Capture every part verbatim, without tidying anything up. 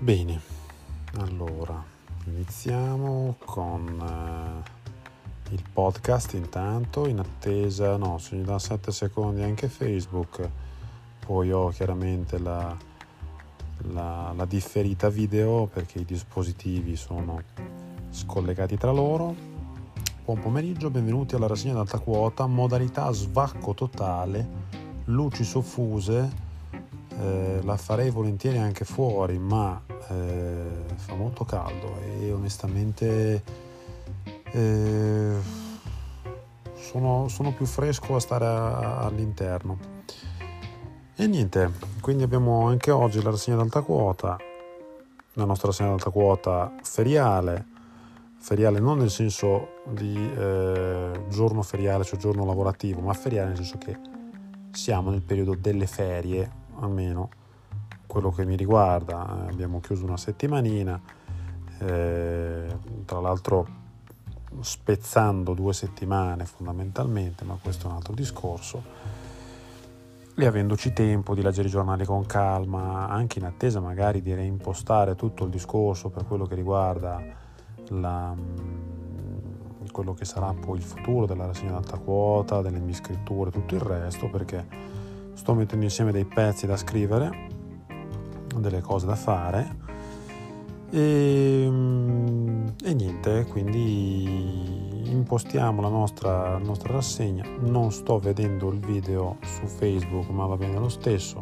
Bene, allora iniziamo con eh, il podcast intanto, in attesa, no, se mi dà sette secondi anche Facebook, poi ho chiaramente la, la, la differita video perché i dispositivi sono scollegati tra loro. Buon pomeriggio, benvenuti alla rassegna ad alta quota, modalità svacco totale, luci soffuse. Eh, la farei volentieri anche fuori, ma eh, fa molto caldo e onestamente eh, sono, sono più fresco a stare a, all'interno. E niente, quindi abbiamo anche oggi la rassegna ad alta quota, la nostra rassegna ad alta quota feriale, feriale non nel senso di eh, giorno feriale, cioè giorno lavorativo, ma feriale nel senso che siamo nel periodo delle ferie, almeno quello che mi riguarda. Abbiamo chiuso una settimanina, eh, tra l'altro spezzando due settimane fondamentalmente, ma questo è un altro discorso, e avendoci tempo di leggere i giornali con calma, anche in attesa magari di reimpostare tutto il discorso per quello che riguarda la, quello che sarà poi il futuro della rassegna ad alta quota, delle mie scritture, tutto il resto, perché sto mettendo insieme dei pezzi da scrivere, delle cose da fare e, e niente, quindi impostiamo la nostra, la nostra rassegna. Non sto vedendo il video su Facebook, ma va bene lo stesso,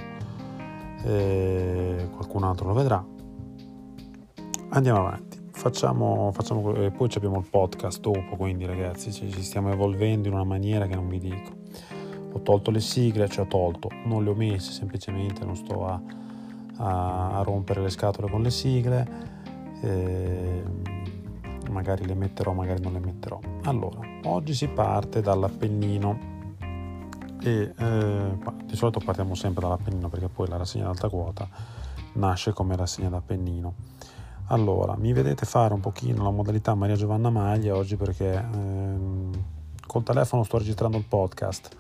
e qualcun altro lo vedrà. Andiamo avanti, facciamo, facciamo e poi abbiamo il podcast dopo, quindi ragazzi ci, ci stiamo evolvendo in una maniera che non vi dico. Ho tolto le sigle, cioè ho tolto, non le ho messe, semplicemente non sto a, a, a rompere le scatole con le sigle, e magari le metterò, magari non le metterò. Allora, oggi si parte dall'Appennino e eh, di solito partiamo sempre dall'Appennino perché poi la rassegna ad alta quota nasce come rassegna d'Appennino. Allora, mi vedete fare un pochino la modalità Maria Giovanna Maglia oggi perché ehm, col telefono sto registrando il podcast.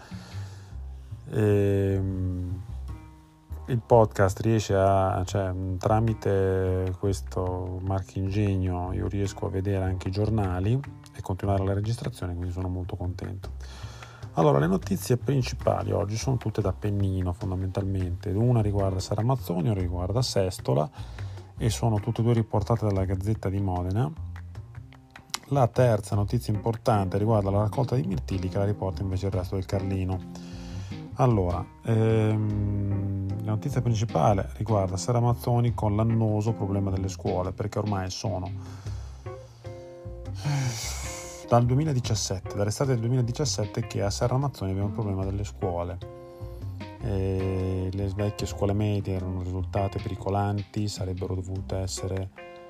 E il podcast riesce a, cioè tramite questo marchingegno io riesco a vedere anche i giornali e continuare la registrazione, quindi sono molto contento. Allora, le notizie principali oggi sono tutte da Appennino fondamentalmente, una riguarda Serramazzoni, una riguarda Sestola e sono tutte e due riportate dalla Gazzetta di Modena. La terza notizia importante riguarda la raccolta di mirtilli, che la riporta invece il Resto del Carlino. Allora, ehm, la notizia principale riguarda Serramazzoni con l'annoso problema delle scuole, perché ormai sono dal duemiladiciassette, dall'estate del duemiladiciassette che a Serramazzoni abbiamo il problema delle scuole. E le vecchie scuole medie erano risultate pericolanti, sarebbero dovute essere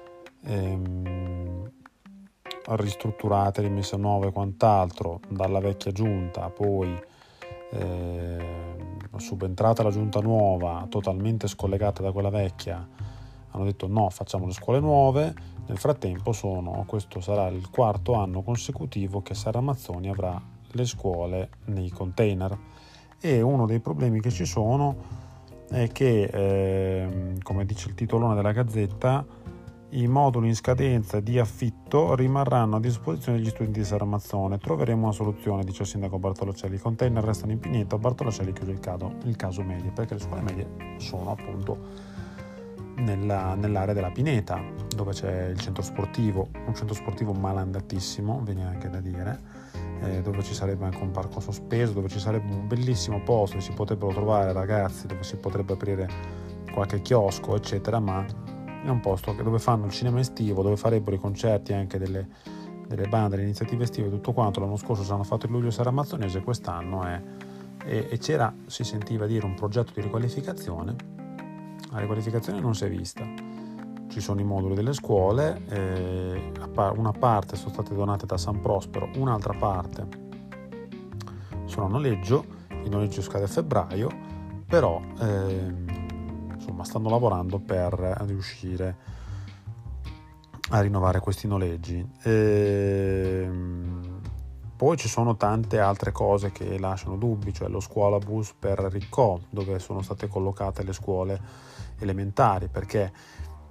ehm, ristrutturate, rimesse a nuovo e quant'altro dalla vecchia giunta. Poi eh, subentrata la giunta nuova, totalmente scollegata da quella vecchia, hanno detto no, facciamo le scuole nuove. Nel frattempo sono, questo sarà il quarto anno consecutivo che Serramazzoni avrà le scuole nei container, e uno dei problemi che ci sono è che eh, come dice il titolone della Gazzetta, i moduli in scadenza di affitto rimarranno a disposizione degli studenti di Serramazzone. Troveremo una soluzione, dice il sindaco Bartolocelli. I container restano in pineta. Bartolocelli chiude il caso, il caso medie, perché le scuole medie sono appunto nella, nell'area della pineta, dove c'è il centro sportivo, un centro sportivo malandatissimo, viene anche da dire, eh, dove ci sarebbe anche un parco sospeso, dove ci sarebbe un bellissimo posto dove si potrebbero trovare ragazzi, dove si potrebbe aprire qualche chiosco, eccetera, ma è un posto dove fanno il cinema estivo, dove farebbero i concerti anche delle, delle bande, delle iniziative estive, tutto quanto. L'anno scorso ci hanno fatto il luglio serramazzonese, quest'anno è e, e c'era, si sentiva dire, un progetto di riqualificazione. La riqualificazione non si è vista. Ci sono i moduli delle scuole, eh, una parte sono state donate da San Prospero, un'altra parte sono a noleggio, il noleggio scade a febbraio, però ehm, insomma stanno lavorando per riuscire a rinnovare questi noleggi. E poi ci sono tante altre cose che lasciano dubbi, cioè lo scuolabus per Riccò, dove sono state collocate le scuole elementari, perché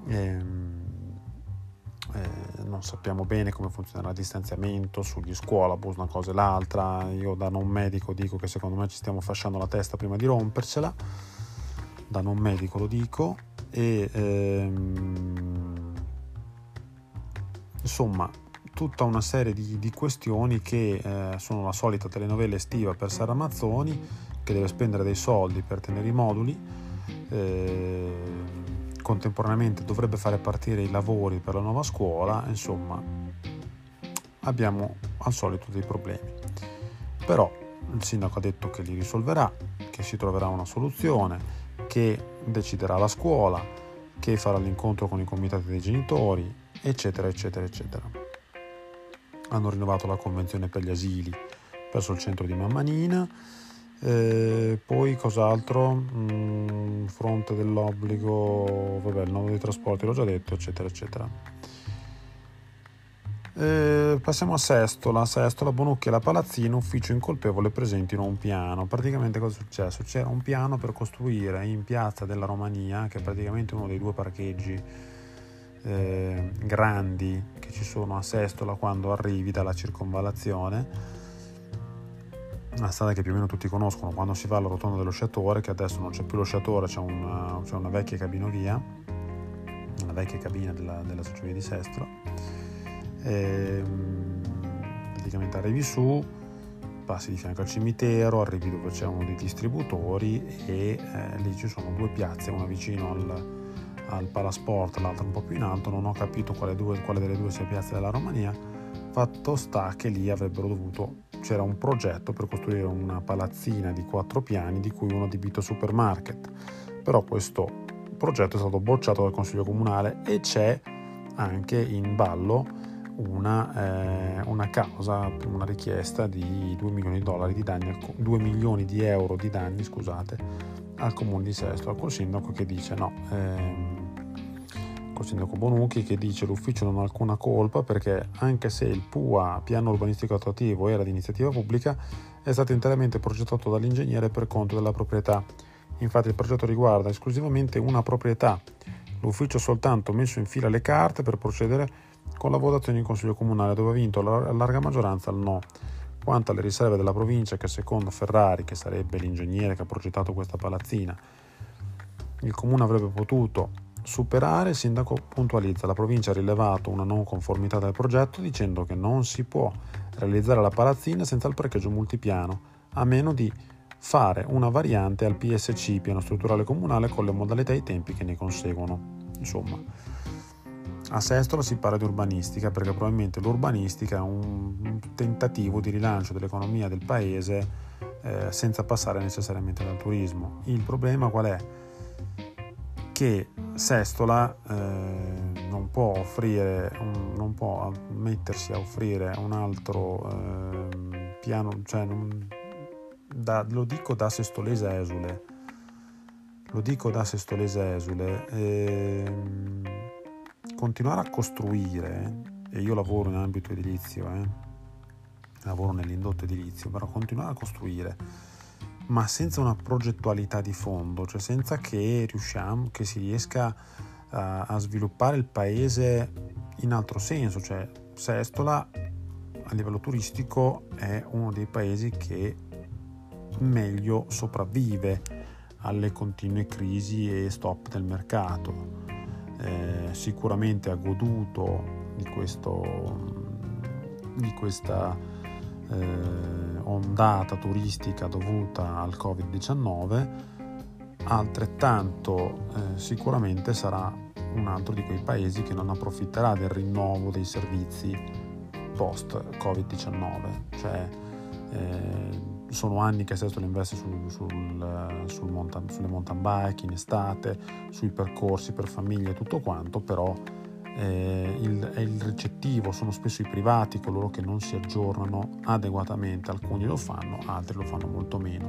ehm, eh, non sappiamo bene come funzionerà il distanziamento sugli scuolabus, una cosa e l'altra. Io da non medico dico che secondo me ci stiamo fasciando la testa prima di rompercela, da non medico lo dico, e ehm, insomma tutta una serie di, di questioni che eh, sono la solita telenovela estiva per Sara Mazzoni, che deve spendere dei soldi per tenere i moduli, eh, contemporaneamente dovrebbe fare partire i lavori per la nuova scuola. Insomma, abbiamo al solito dei problemi, però il sindaco ha detto che li risolverà, che si troverà una soluzione, che deciderà la scuola, che farà l'incontro con i comitati dei genitori, eccetera eccetera eccetera. Hanno rinnovato la convenzione per gli asili presso il centro di Mammanina. Eh, poi cos'altro? Mm, fronte dell'obbligo, vabbè, il nodo dei trasporti l'ho già detto, eccetera eccetera. Eh, passiamo a Sestola. Sestola, Bonucchi e la Palazzina, ufficio incolpevole, presentino un piano. Praticamente cosa è successo? C'era un piano per costruire in Piazza della Romania, che è praticamente uno dei due parcheggi eh, grandi che ci sono a Sestola quando arrivi dalla circonvallazione, una strada che più o meno tutti conoscono quando si va alla rotonda dello Sciatore, che adesso non c'è più lo Sciatore, c'è una, c'è una vecchia cabinovia, una vecchia cabina della, della Società di Sestola. E, praticamente arrivi su, passi di fianco al cimitero, arrivi dove c'è uno dei distributori e eh, lì ci sono due piazze, una vicino al, al Palasport, l'altra un po' più in alto. Non ho capito quale, due, quale delle due sia Piazza della Romania. Fatto sta che lì avrebbero dovuto, c'era un progetto per costruire una palazzina di quattro piani, di cui uno adibito a supermarket, però questo progetto è stato bocciato dal Consiglio Comunale e c'è anche in ballo una, eh, una causa, una richiesta di due milioni di dollari di danni, due milioni di euro di danni, scusate, al comune di Sestola, col sindaco che dice no, ehm, col sindaco Bonucchi che dice l'ufficio non ha alcuna colpa perché anche se il P U A, piano urbanistico attuativo, era di iniziativa pubblica, è stato interamente progettato dall'ingegnere per conto della proprietà. Infatti il progetto riguarda esclusivamente una proprietà. L'ufficio ha soltanto messo in fila le carte per procedere con la votazione in Consiglio Comunale, dove ha vinto a larga maggioranza il no. Quanto alle riserve della provincia, che secondo Ferrari, che sarebbe l'ingegnere che ha progettato questa palazzina, il comune avrebbe potuto superare, il sindaco puntualizza: la provincia ha rilevato una non conformità del progetto dicendo che non si può realizzare la palazzina senza il parcheggio multipiano, a meno di fare una variante al P S C, piano strutturale comunale, con le modalità e i tempi che ne conseguono. Insomma, a Sestola si parla di urbanistica perché probabilmente l'urbanistica è un tentativo di rilancio dell'economia del paese eh, senza passare necessariamente dal turismo. Il problema qual è? Che Sestola eh, non può offrire, un, non può mettersi a offrire un altro eh, piano, cioè non, da, lo dico da sestolese esule, lo dico da sestolese esule, eh, continuare a costruire, e io lavoro in ambito edilizio, eh, lavoro nell'indotto edilizio, però continuare a costruire ma senza una progettualità di fondo, cioè senza che riusciamo, che si riesca a, a sviluppare il paese in altro senso. Cioè Sestola a livello turistico è uno dei paesi che meglio sopravvive alle continue crisi e stop del mercato. Eh, sicuramente ha goduto di questo di questa eh, ondata turistica dovuta al covid diciannove, altrettanto eh, sicuramente sarà un altro di quei paesi che non approfitterà del rinnovo dei servizi post covid diciannove. Cioè eh, sono anni che Sestola investe sul, sul, sul mountain, sulle mountain bike in estate, sui percorsi per famiglie, tutto quanto, però eh, il, è il ricettivo, sono spesso i privati coloro che non si aggiornano adeguatamente. Alcuni lo fanno, altri lo fanno molto meno.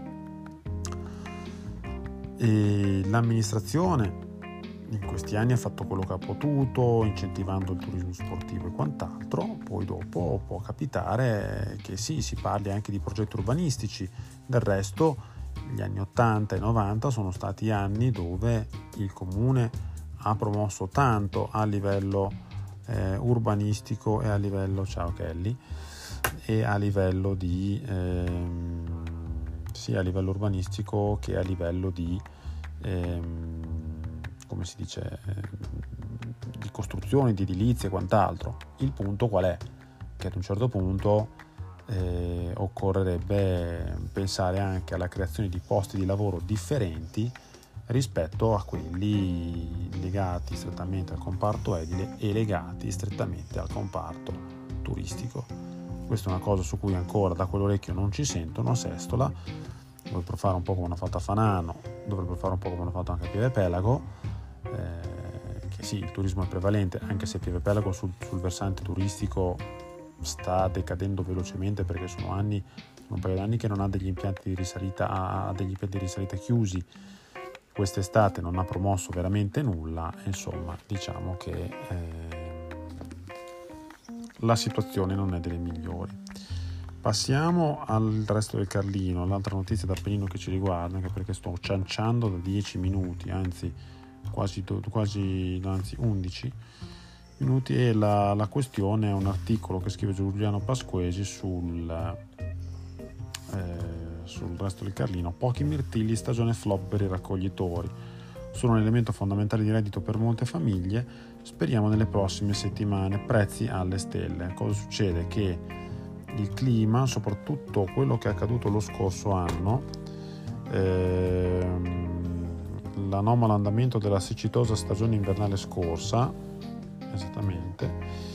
E l'amministrazione in questi anni ha fatto quello che ha potuto, incentivando il turismo sportivo e quant'altro. Poi dopo può capitare che sì, si parli anche di progetti urbanistici. Del resto gli anni ottanta e novanta sono stati anni dove il comune ha promosso tanto a livello eh, urbanistico e a livello ciao Kelly e a livello di ehm, sia a livello urbanistico che a livello di ehm, come si dice di costruzioni, di edilizie e quant'altro. Il punto qual è? Che ad un certo punto eh, occorrerebbe pensare anche alla creazione di posti di lavoro differenti rispetto a quelli legati strettamente al comparto edile e legati strettamente al comparto turistico. Questa è una cosa su cui ancora da quell'orecchio non ci sentono a Sestola. Dovrebbero fare un po' come hanno fatto a Fanano, dovrebbero fare un po' come hanno fatto anche a Pieve Pelago, eh, che sì, il turismo è prevalente, anche se Pieve Pelago sul, sul versante turistico sta decadendo velocemente, perché sono anni, sono un paio d'anni che non ha degli impianti di risalita, ha degli impianti di risalita chiusi. Quest'estate non ha promosso veramente nulla, insomma diciamo che eh, la situazione non è delle migliori. Passiamo al resto del Carlino, l'altra notizia d'Appennino che ci riguarda, anche perché sto cianciando da dieci minuti, anzi quasi, quasi anzi undici minuti, e la, la questione è un articolo che scrive Giuliano Pasquesi sul, eh, sul resto del Carlino. Pochi mirtilli, stagione flop per i raccoglitori, sono un elemento fondamentale di reddito per molte famiglie, speriamo nelle prossime settimane, prezzi alle stelle. Cosa succede? Che il clima, soprattutto quello che è accaduto lo scorso anno, ehm, l'anomalo andamento della siccitosa stagione invernale scorsa, esattamente,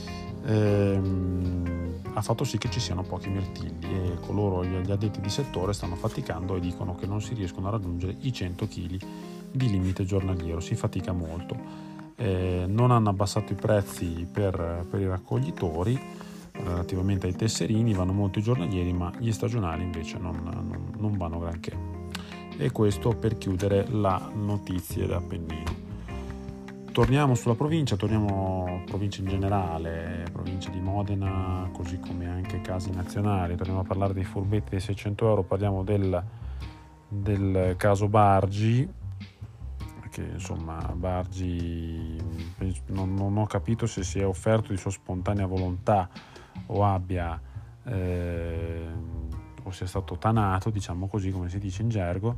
ehm, ha fatto sì che ci siano pochi mirtilli, e coloro, gli addetti di settore, stanno faticando e dicono che non si riescono a raggiungere i cento chili di limite giornaliero, si fatica molto. Eh, non hanno abbassato i prezzi per, per i raccoglitori. Relativamente ai tesserini vanno molto i giornalieri, ma gli stagionali invece non, non, non vanno granché. E questo per chiudere la notizia d'Appennino. Torniamo sulla provincia, torniamo provincia in generale, provincia di Modena, così come anche casi nazionali. Torniamo a parlare dei furbetti dei seicento euro, parliamo del, del caso Bargi, che insomma Bargi non, non ho capito se si è offerto di sua spontanea volontà o abbia eh, o sia stato tanato, diciamo così, come si dice in gergo.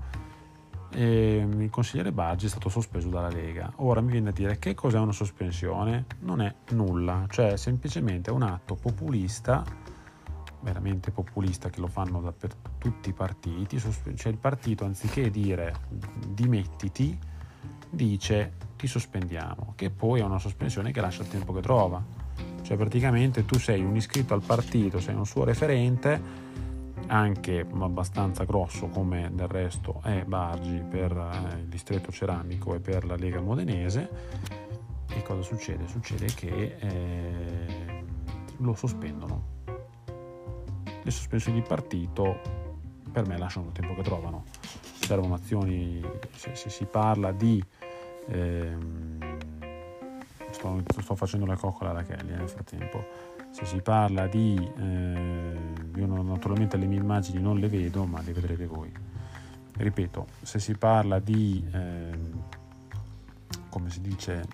E il consigliere Bargi è stato sospeso dalla Lega. Ora mi viene a dire che cos'è una sospensione? Non è nulla, cioè semplicemente un atto populista, veramente populista, che lo fanno da per tutti i partiti. Cioè il partito, anziché dire dimettiti, dice ti sospendiamo, che poi è una sospensione che lascia il tempo che trova. Cioè praticamente tu sei un iscritto al partito, sei un suo referente, anche abbastanza grosso come del resto è Bargi per eh, il distretto ceramico e per la Lega modenese. E cosa succede? Succede che eh, lo sospendono. Le sospensioni di partito per me lasciano il tempo che trovano. Servono azioni, se, se si parla di ehm, Sto, sto facendo la coccola alla Kelly eh, nel frattempo. Se si parla di eh, io non, naturalmente le mie immagini non le vedo, ma le vedrete voi. Ripeto, se si parla di eh, come si dice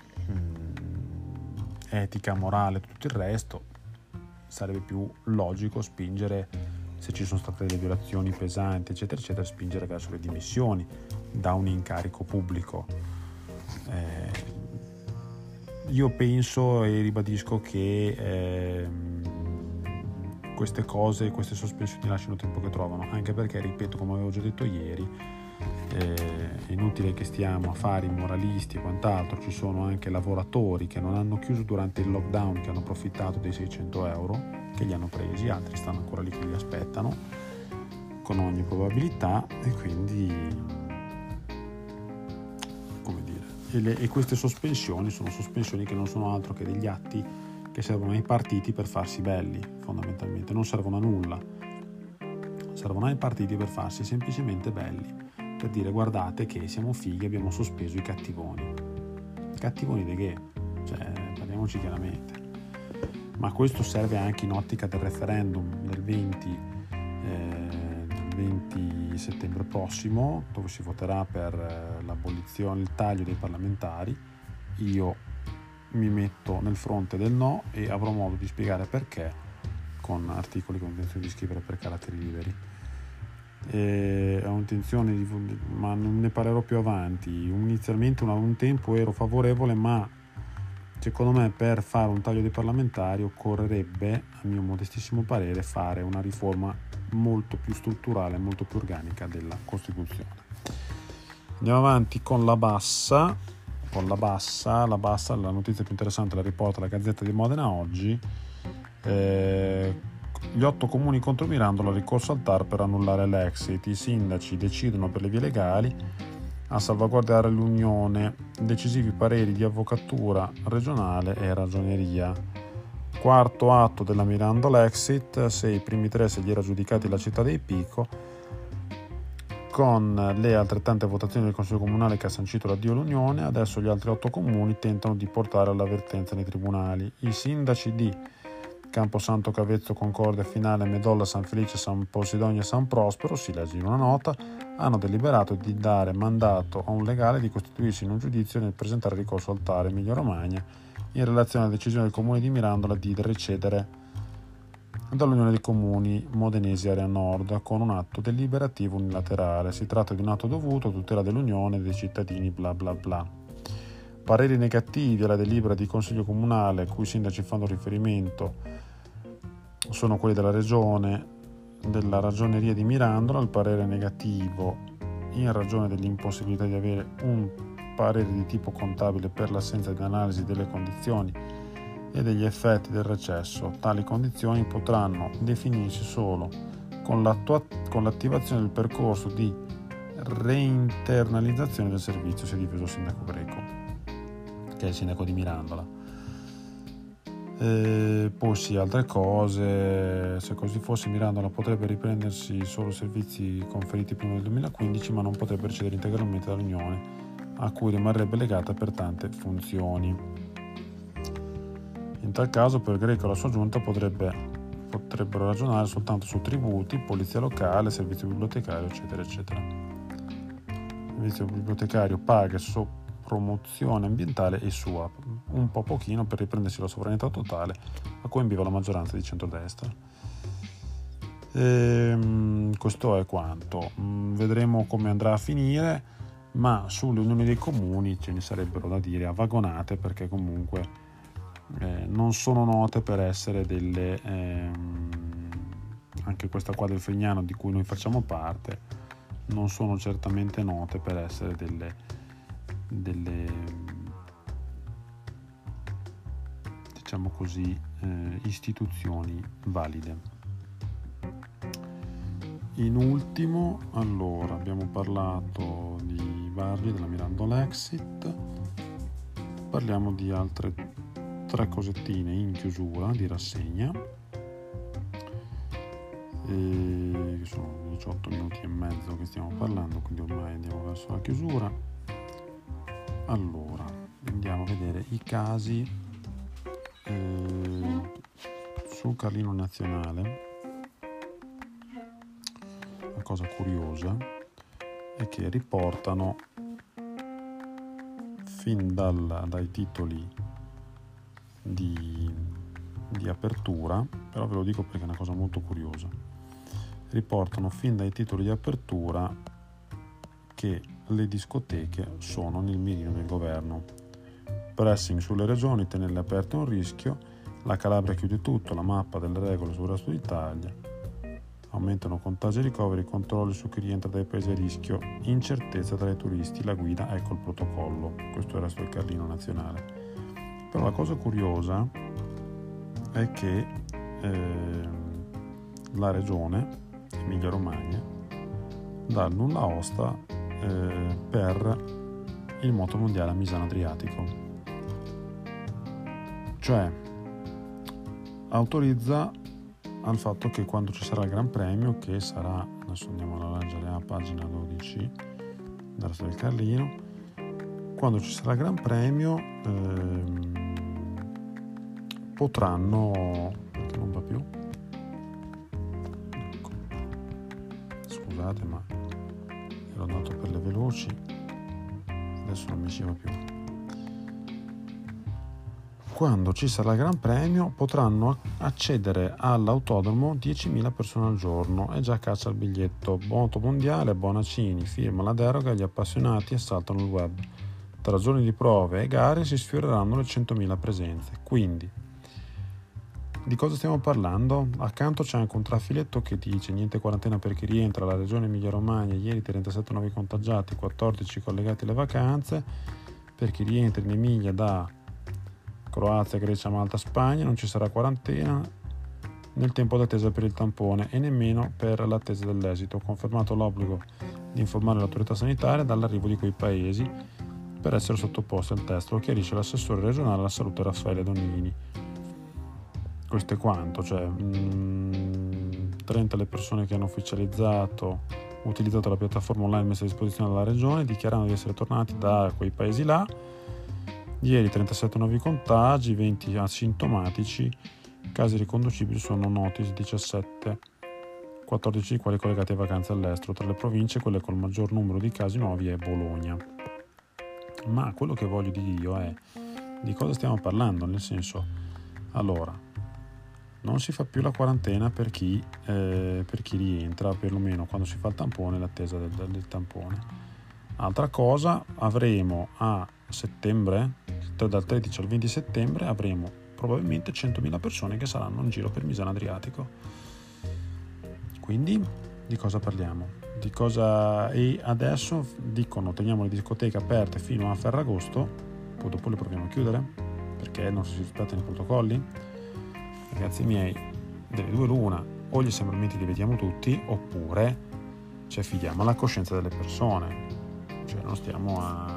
mh, etica, morale, tutto il resto, sarebbe più logico spingere, se ci sono state delle violazioni pesanti eccetera eccetera, spingere verso le dimissioni da un incarico pubblico. eh, Io penso e ribadisco che eh, queste cose, queste sospensioni lasciano il tempo che trovano, anche perché, ripeto, come avevo già detto ieri, eh, è inutile che stiamo a fare i moralisti e quant'altro. Ci sono anche lavoratori che non hanno chiuso durante il lockdown, che hanno approfittato dei seicento euro, che li hanno presi, altri stanno ancora lì che li aspettano con ogni probabilità, e quindi E, le, e queste sospensioni sono sospensioni che non sono altro che degli atti che servono ai partiti per farsi belli, fondamentalmente. Non servono a nulla, servono ai partiti per farsi semplicemente belli, per dire guardate che siamo fighi, abbiamo sospeso i cattivoni. Cattivoni di che? Cioè, parliamoci chiaramente. Ma questo serve anche in ottica del referendum del venti, eh, del venti settembre prossimo, dove si voterà per l'abolizione, il taglio dei parlamentari, io mi metto nel fronte del no e avrò modo di spiegare perché con articoli con intenzione di scrivere per caratteri liberi. E ho intenzione di, ma non ne parlerò più avanti. Inizialmente una, un tempo ero favorevole, ma secondo me per fare un taglio dei parlamentari occorrerebbe, a mio modestissimo parere, fare una riforma molto più strutturale, molto più organica della Costituzione. Andiamo avanti con la bassa con la bassa la bassa la notizia più interessante la riporta la Gazzetta di Modena oggi. Eh, gli otto comuni contro Mirandola, ricorso al T A R per annullare l'Exit, i sindaci decidono per le vie legali a salvaguardare l'unione, decisivi pareri di avvocatura regionale e ragioneria. Quarto atto della Mirandola Exit, se i primi tre se li era giudicati la città dei Pico, con le altrettante votazioni del Consiglio Comunale che ha sancito l'addio all'unione, adesso gli altri otto comuni tentano di portare all'avvertenza nei tribunali. I sindaci di Camposanto, Cavezzo, Concordia, Finale, Medolla, San Felice, San Posidonia e San Prospero, si legge in una nota, hanno deliberato di dare mandato a un legale di costituirsi in un giudizio nel presentare ricorso al T A R Emilia Romagna in relazione alla decisione del comune di Mirandola di recedere dall'Unione dei Comuni Modenesi Area Nord con un atto deliberativo unilaterale. Si tratta di un atto dovuto a tutela dell'Unione e dei cittadini bla bla bla. Pareri negativi alla delibera di Consiglio Comunale a cui i sindaci fanno riferimento sono quelli della Regione, della Ragioneria di Mirandola. Il parere negativo in ragione dell'impossibilità di avere un parere di tipo contabile per l'assenza di analisi delle condizioni e degli effetti del recesso. Tali condizioni potranno definirsi solo con, con l'attivazione del percorso di reinternalizzazione del servizio, si è difeso il sindaco Greco, che è il sindaco di Mirandola. E poi sì, altre cose, se così fosse Mirandola potrebbe riprendersi solo servizi conferiti prima del duemilaquindici, ma non potrebbe recedere integralmente dall'Unione, a cui rimarrebbe legata per tante funzioni. In tal caso per Greco e la sua giunta potrebbe, potrebbero ragionare soltanto su tributi, polizia locale, servizio bibliotecario, eccetera, eccetera. Il servizio bibliotecario paga su promozione ambientale e sua, un po' pochino per riprendersi la sovranità totale a cui ambiva la maggioranza di centrodestra. E, questo è quanto. Vedremo come andrà a finire, ma sulle unioni dei comuni ce ne sarebbero da dire a vagonate, perché comunque Eh, non sono note per essere delle ehm, anche questa qua del Frignano di cui noi facciamo parte non sono certamente note per essere delle delle diciamo così eh, istituzioni valide. In ultimo, allora, abbiamo parlato di Bari, della Mirandola Exit, parliamo di altre tre cosettine in chiusura di rassegna, e sono diciotto minuti e mezzo che stiamo parlando, quindi ormai andiamo verso la chiusura. Allora andiamo a vedere i casi eh, sul Carlino Nazionale. La cosa curiosa è che riportano fin dal, dai titoli Di, di apertura, però ve lo dico perché è una cosa molto curiosa. Riportano fin dai titoli di apertura che le discoteche sono nel mirino del governo. Pressing sulle regioni, tenerle aperte è un rischio, la Calabria chiude tutto, la mappa delle regole sul resto d'Italia, aumentano contagi e ricoveri, controlli su chi rientra dai paesi a rischio, incertezza tra i turisti, la guida, ecco il protocollo. Questo è il resto del Carlino Nazionale. Però la cosa curiosa è che eh, la regione Emilia Romagna dà il nulla osta eh, per il motomondiale a Misano Adriatico, cioè autorizza al fatto che quando ci sarà il Gran Premio, che sarà, adesso andiamo a leggere la pagina dodici della storia del Carlino, quando ci sarà il Gran Premio ehm, potranno, perché non va più, ecco. Scusate ma ero andato per le veloci, adesso non mi ci va più. quando ci sarà il Gran Premio potranno accedere all'autodromo diecimila persone al giorno e già caccia il biglietto. Moto mondiale, Bonaccini firma la deroga, gli appassionati assaltano il web. Tra giorni di prove e gare si sfioreranno le centomila presenze. Quindi, di cosa stiamo parlando? Accanto c'è anche un traffiletto che dice niente quarantena per chi rientra. La regione Emilia-Romagna, ieri trentasette nuovi contagiati, quattordici collegati alle vacanze. Per chi rientra in Emilia da Croazia, Grecia, Malta, Spagna non ci sarà quarantena nel tempo d'attesa per il tampone e nemmeno per l'attesa dell'esito. Confermato l'obbligo di informare l'autorità sanitaria dall'arrivo di quei paesi per essere sottoposti al test, lo chiarisce l'assessore regionale alla salute Raffaele Donini. Questo è quanto, cioè mh, trenta le persone che hanno ufficializzato, utilizzato la piattaforma online messa a disposizione dalla regione, dichiarando di essere tornati da quei paesi là. Ieri trentasette nuovi contagi, venti asintomatici, casi riconducibili sono noti diciassette, quattordici di quali collegati a vacanze all'estero. Tra le province quelle col maggior numero di casi nuovi è Bologna. Ma quello che voglio dire io è di cosa stiamo parlando, nel senso, allora, non si fa più la quarantena per chi, eh, per chi rientra, perlomeno quando si fa il tampone, l'attesa del, del tampone. Altra cosa, avremo a settembre, dal tredici al venti settembre, avremo probabilmente centomila persone che saranno in giro per Misano Adriatico. Quindi di cosa parliamo? Di cosa? E adesso dicono teniamo le discoteche aperte fino a Ferragosto, poi dopo le proviamo a chiudere perché non si rispettano i protocolli. Ragazzi miei, delle due l'una, o gli assembramenti li vediamo tutti oppure ci affidiamo alla coscienza delle persone, cioè non stiamo a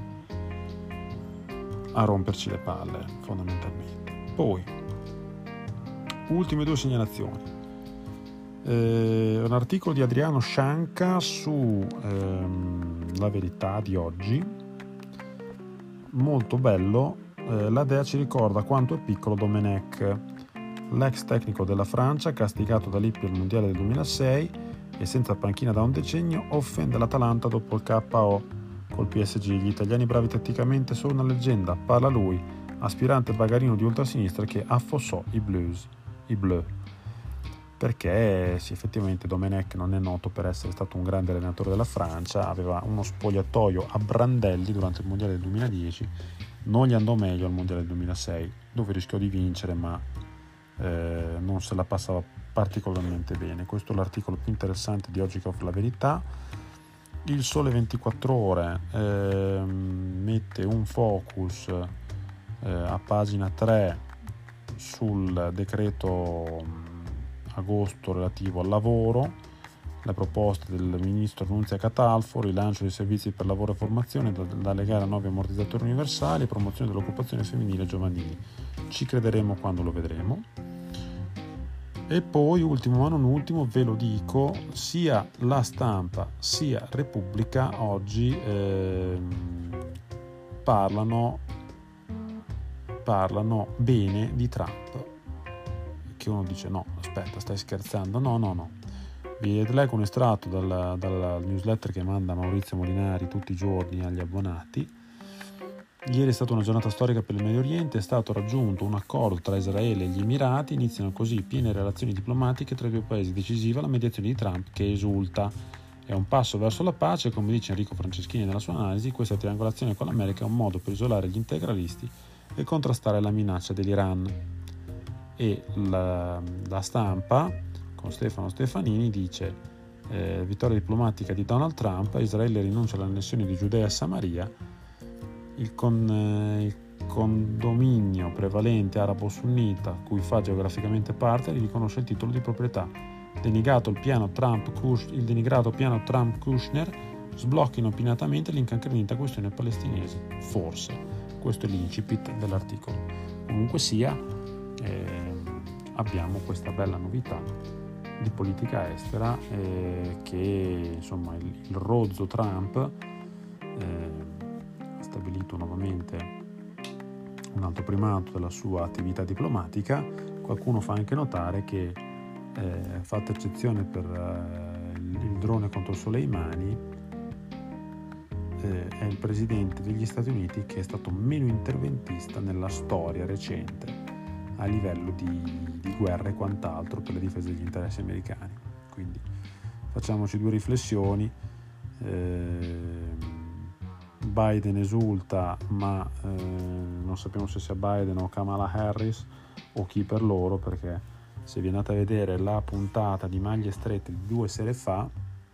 a romperci le palle fondamentalmente. Poi ultime due segnalazioni, eh, un articolo di Adriano Scianca su ehm, La Verità di oggi, molto bello. eh, la Dea ci ricorda quanto è piccolo Domenech, l'ex tecnico della Francia castigato da Lippi al mondiale del duemilasei e senza panchina da un decennio offende l'Atalanta dopo il K O col P S G. Gli italiani bravi tatticamente sono una leggenda, parla lui, aspirante bagarino di ultrasinistra che affossò i Blues, i Bleu. Perché sì, effettivamente Domenech non è noto per essere stato un grande allenatore della Francia, aveva uno spogliatoio a brandelli durante il mondiale del duemiladieci, non gli andò meglio al mondiale del duemilasei, dove rischiò di vincere ma eh, non se la passava particolarmente bene. Questo è l'articolo più interessante di oggi che offre La Verità. Il Sole ventiquattro Ore eh, mette un focus eh, a pagina tre sul decreto agosto relativo al lavoro, le proposte del ministro Nunzia Catalfo, rilancio dei servizi per lavoro e formazione da, da legare a nuovi ammortizzatori universali, promozione dell'occupazione femminile e giovanile. Ci crederemo quando lo vedremo. E poi, ultimo ma non ultimo, ve lo dico, sia La Stampa sia Repubblica oggi eh, parlano, parlano bene di Trump. Che uno dice no, aspetta, stai scherzando? No, no, no. Vi leggo un estratto dalla, dalla newsletter che manda Maurizio Molinari tutti i giorni agli abbonati. Ieri è stata una giornata storica per il Medio Oriente, è stato raggiunto un accordo tra Israele e gli Emirati, iniziano così piene relazioni diplomatiche tra i due paesi, decisiva la mediazione di Trump che esulta. È un passo verso la pace, come dice Enrico Franceschini nella sua analisi, questa triangolazione con l'America è un modo per isolare gli integralisti e contrastare la minaccia dell'Iran. E la, la Stampa, con Stefano Stefanini, dice eh, vittoria diplomatica di Donald Trump, Israele rinuncia all'annessione di Giudea e Samaria, il, con, eh, il condominio prevalente arabo-sunnita, cui fa geograficamente parte, gli riconosce il titolo di proprietà. Denigrato il piano Trump-Kush, il denigrato piano Trump-Kushner sblocca inopinatamente l'incancrenita questione palestinese. Forse. Questo è l'incipit dell'articolo. Comunque sia, eh, abbiamo questa bella novità di politica estera eh, che insomma il, il rozzo Trump eh, stabilito nuovamente un alto primato della sua attività diplomatica. Qualcuno fa anche notare che eh, fatta eccezione per eh, il drone contro Soleimani, eh, è il presidente degli Stati Uniti che è stato meno interventista nella storia recente a livello di, di guerra e quant'altro per la difesa degli interessi americani. Quindi facciamoci due riflessioni. eh, Biden esulta, ma eh, non sappiamo se sia Biden o Kamala Harris o chi per loro, perché se vi andate a vedere la puntata di Maglie Strette di due sere fa,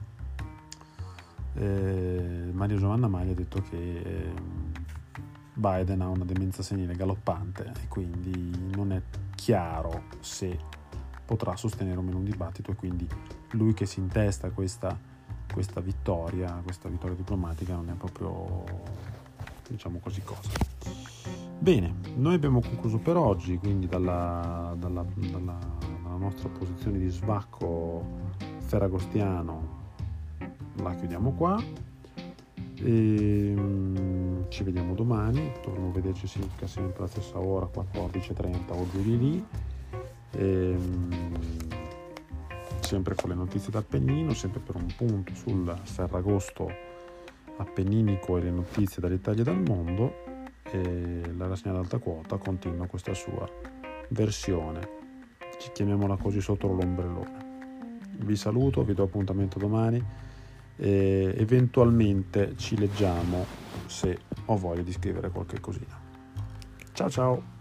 eh, Maria Giovanna Maglia ha detto che eh, Biden ha una demenza senile galoppante e quindi non è chiaro se potrà sostenere o meno un dibattito, e quindi lui che si intesta questa questa vittoria, questa vittoria diplomatica non è proprio, diciamo così, cosa. Bene, noi abbiamo concluso per oggi, quindi dalla, dalla, dalla, dalla nostra posizione di svacco ferragostiano la chiudiamo qua e um, ci vediamo domani, dovremo vederci circa sempre alla stessa ora, quattordici e trenta o giù di lì. E, um, sempre con le notizie d'Appennino, sempre per un punto sul Ferragosto appenninico e le notizie dall'Italia e dal mondo, e la rassegna ad alta quota continua questa sua versione, ci chiamiamola così, sotto l'ombrellone. Vi saluto, vi do appuntamento domani e eventualmente ci leggiamo se ho voglia di scrivere qualche cosina. Ciao ciao!